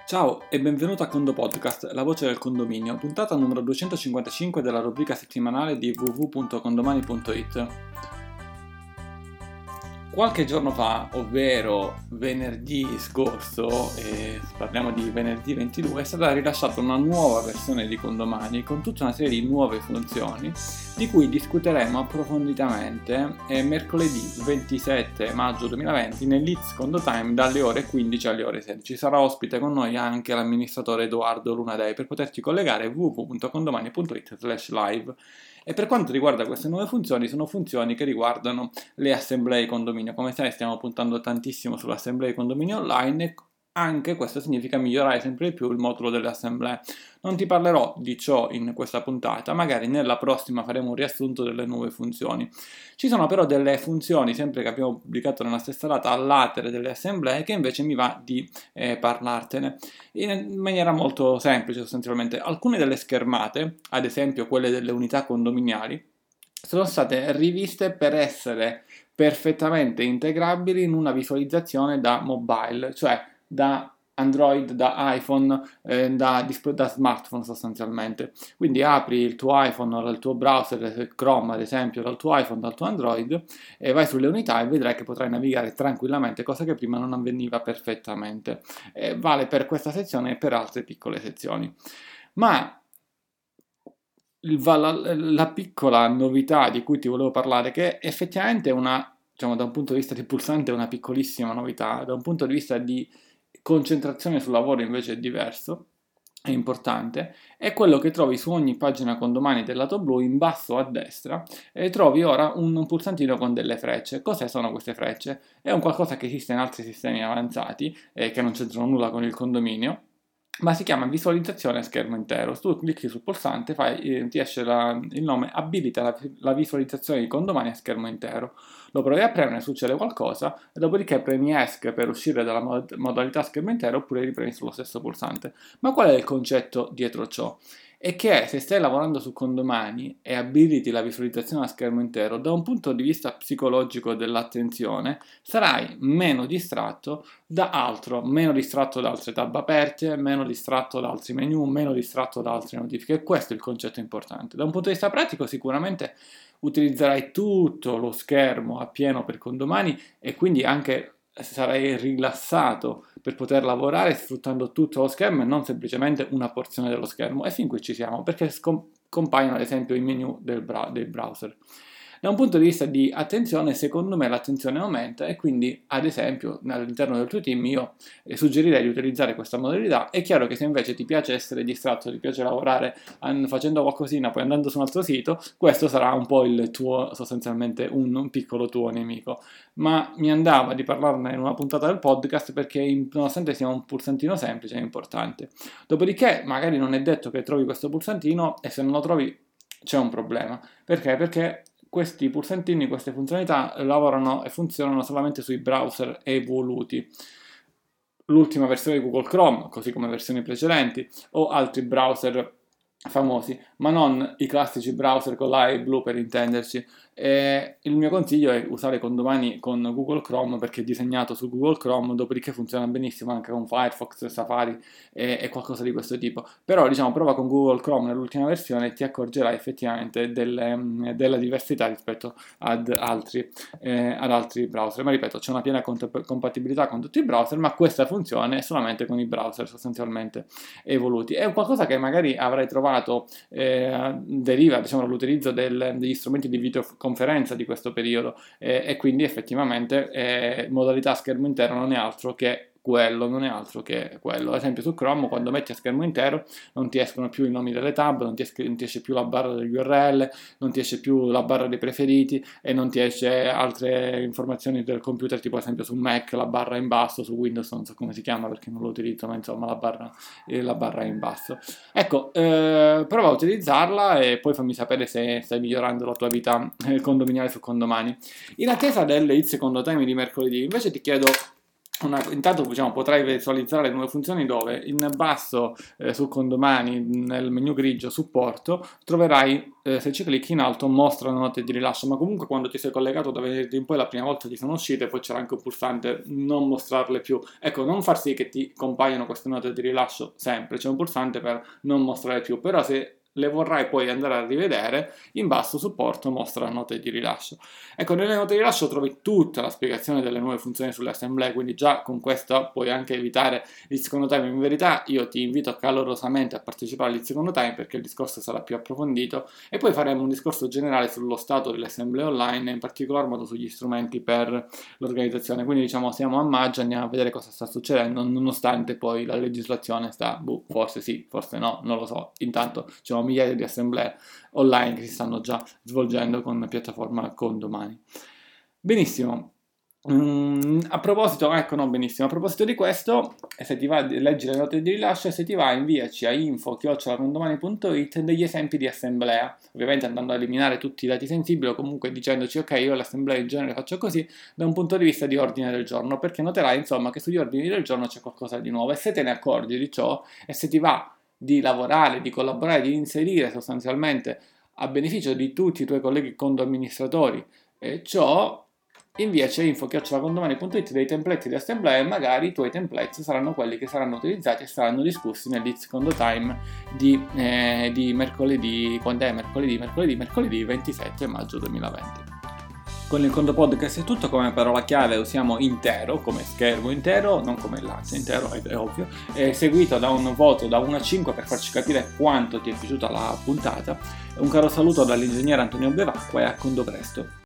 Ciao e benvenuto a Condo Podcast, la voce del condominio, puntata numero 255 della rubrica settimanale di www.condomani.it. Qualche giorno fa, ovvero venerdì scorso, e parliamo di venerdì 22, è stata rilasciata una nuova versione di Condomani con tutta una serie di nuove funzioni di cui discuteremo approfonditamente mercoledì 27 maggio 2020 nell'It's Condo Time dalle ore 15 alle ore 16. Sarà ospite con noi anche l'amministratore Edoardo Lunadei per poterci collegare www.condomani.it/live. E per quanto riguarda queste nuove funzioni, sono funzioni che riguardano le assemblee condominio. Come sai, stiamo puntando tantissimo sulle assemblee condominio online e anche questo significa migliorare sempre di più il modulo delle assemblee. Non ti parlerò di ciò in questa puntata, magari nella prossima faremo un riassunto delle nuove funzioni. Ci sono però delle funzioni, sempre che abbiamo pubblicato nella stessa data, all'atere delle assemblee, che invece mi va di parlartene in maniera molto semplice sostanzialmente. Alcune delle schermate, ad esempio quelle delle unità condominiali, sono state riviste per essere perfettamente integrabili in una visualizzazione da mobile, cioè da Android, da iPhone, da smartphone sostanzialmente. Quindi apri il tuo iPhone dal tuo browser Chrome, ad esempio, dal tuo iPhone, dal tuo Android, e vai sulle unità e vedrai che potrai navigare tranquillamente, cosa che prima non avveniva perfettamente. Vale per questa sezione e per altre piccole sezioni. Ma la piccola novità di cui ti volevo parlare, che effettivamente è una, diciamo, da un punto di vista di pulsante è una piccolissima novità, da un punto di vista di concentrazione sul lavoro invece è diverso, è importante, è quello che trovi su ogni pagina condomani del lato blu in basso a destra, e trovi ora un pulsantino con delle frecce. Cos'è sono queste frecce? È un qualcosa che esiste in altri sistemi avanzati, che non c'entrano nulla con il condominio, ma si chiama visualizzazione a schermo intero. Tu clicchi sul pulsante, ti esce il nome abilita la visualizzazione di condomani a schermo intero. Lo provi a premere, succede qualcosa, e dopodiché premi ESC per uscire dalla modalità schermo intero oppure ripremi sullo stesso pulsante. Ma qual è il concetto dietro ciò? È che se stai lavorando su condomani e abiliti la visualizzazione a schermo intero, da un punto di vista psicologico dell'attenzione, sarai meno distratto da altro, meno distratto da altre tab aperte, meno distratto da altri menu, meno distratto da altre notifiche. E questo è il concetto importante. Da un punto di vista pratico sicuramente utilizzerai tutto lo schermo a pieno per condomani e quindi anche sarai rilassato per poter lavorare sfruttando tutto lo schermo e non semplicemente una porzione dello schermo. E fin qui ci siamo, perché compaiono ad esempio i menu dei browser. Da un punto di vista di attenzione, secondo me l'attenzione aumenta e quindi, ad esempio, all'interno del tuo team io suggerirei di utilizzare questa modalità. È chiaro che se invece ti piace essere distratto, ti piace lavorare facendo qualcosina, poi andando su un altro sito, questo sarà un po' il tuo, sostanzialmente un piccolo tuo nemico. Ma mi andava di parlarne in una puntata del podcast perché nonostante sia un pulsantino semplice è importante. Dopodiché magari non è detto che trovi questo pulsantino e se non lo trovi c'è un problema. Perché? Perché questi pulsantini, queste funzionalità lavorano e funzionano solamente sui browser evoluti. L'ultima versione di Google Chrome, così come versioni precedenti, o altri browser famosi, ma non i classici browser con la blu per intenderci. Il mio consiglio è usare condomani con Google Chrome perché è disegnato su Google Chrome, dopodiché funziona benissimo anche con Firefox, Safari e qualcosa di questo tipo. Però diciamo prova con Google Chrome nell'ultima versione e ti accorgerai effettivamente della diversità rispetto ad altri browser. Ma ripeto, c'è una piena compatibilità con tutti i browser, ma questa funzione è solamente con i browser sostanzialmente evoluti. È qualcosa che magari avrai trovato deriva diciamo dall'utilizzo degli strumenti di videoconferenza di questo periodo e quindi effettivamente modalità schermo intero non è altro che quello, non è altro che quello. Ad esempio su Chrome quando metti a schermo intero non ti escono più i nomi delle tab, non ti esce più la barra degli URL, non ti esce più la barra dei preferiti e non ti esce altre informazioni del computer, tipo ad esempio su Mac la barra in basso, su Windows non so come si chiama perché non lo utilizzo, ma insomma la barra è in basso. Ecco, prova a utilizzarla e poi fammi sapere se stai migliorando la tua vita condominiale su condomani. In attesa delle It's Condo Time di mercoledì, invece ti chiedo intanto diciamo, potrai visualizzare le nuove funzioni dove in basso su condomani nel menu grigio supporto troverai, se ci clicchi in alto, mostra le note di rilascio, ma comunque quando ti sei collegato da venerdì in poi la prima volta ti sono uscite, poi c'era anche un pulsante non mostrarle più. Ecco, non far sì che ti compaiano queste note di rilascio sempre, c'è un pulsante per non mostrare più, però se le vorrai poi andare a rivedere, in basso supporto mostra note di rilascio. Ecco, nelle note di rilascio trovi tutta la spiegazione delle nuove funzioni sulle assemblee, quindi già con questo puoi anche evitare il secondo time. In verità io ti invito calorosamente a partecipare al secondo time perché il discorso sarà più approfondito e poi faremo un discorso generale sullo stato delle assemblee online e in particolar modo sugli strumenti per l'organizzazione. Quindi diciamo siamo a maggio, andiamo a vedere cosa sta succedendo, nonostante poi la legislazione sta, forse sì, forse no, non lo so. Intanto ci sono migliaia di assemblee online che si stanno già svolgendo con la piattaforma Condomani. Benissimo. A proposito, ecco, no, benissimo. A proposito di questo, se ti va, leggi le note di rilascio, se ti va, inviaci a info@condomani.it degli esempi di assemblea, ovviamente andando a eliminare tutti i dati sensibili o comunque dicendoci ok, io l'assemblea in genere faccio così, da un punto di vista di ordine del giorno, perché noterai insomma che sugli ordini del giorno c'è qualcosa di nuovo e se te ne accorgi di ciò e se ti va di lavorare, di collaborare, di inserire sostanzialmente a beneficio di tutti i tuoi colleghi condoamministratori ciò, inviaci a info@condomani.it dei template di assemblea e magari i tuoi template saranno quelli che saranno utilizzati e saranno discussi nel secondo time di mercoledì, quando è mercoledì 27 maggio 2020. Con il Condo Podcast è tutto, come parola chiave usiamo intero, come schermo intero, non come latte intero, è ovvio, seguito da un voto da 1 a 5 per farci capire quanto ti è piaciuta la puntata. Un caro saluto dall'ingegnere Antonio Bevacqua e a Condo presto.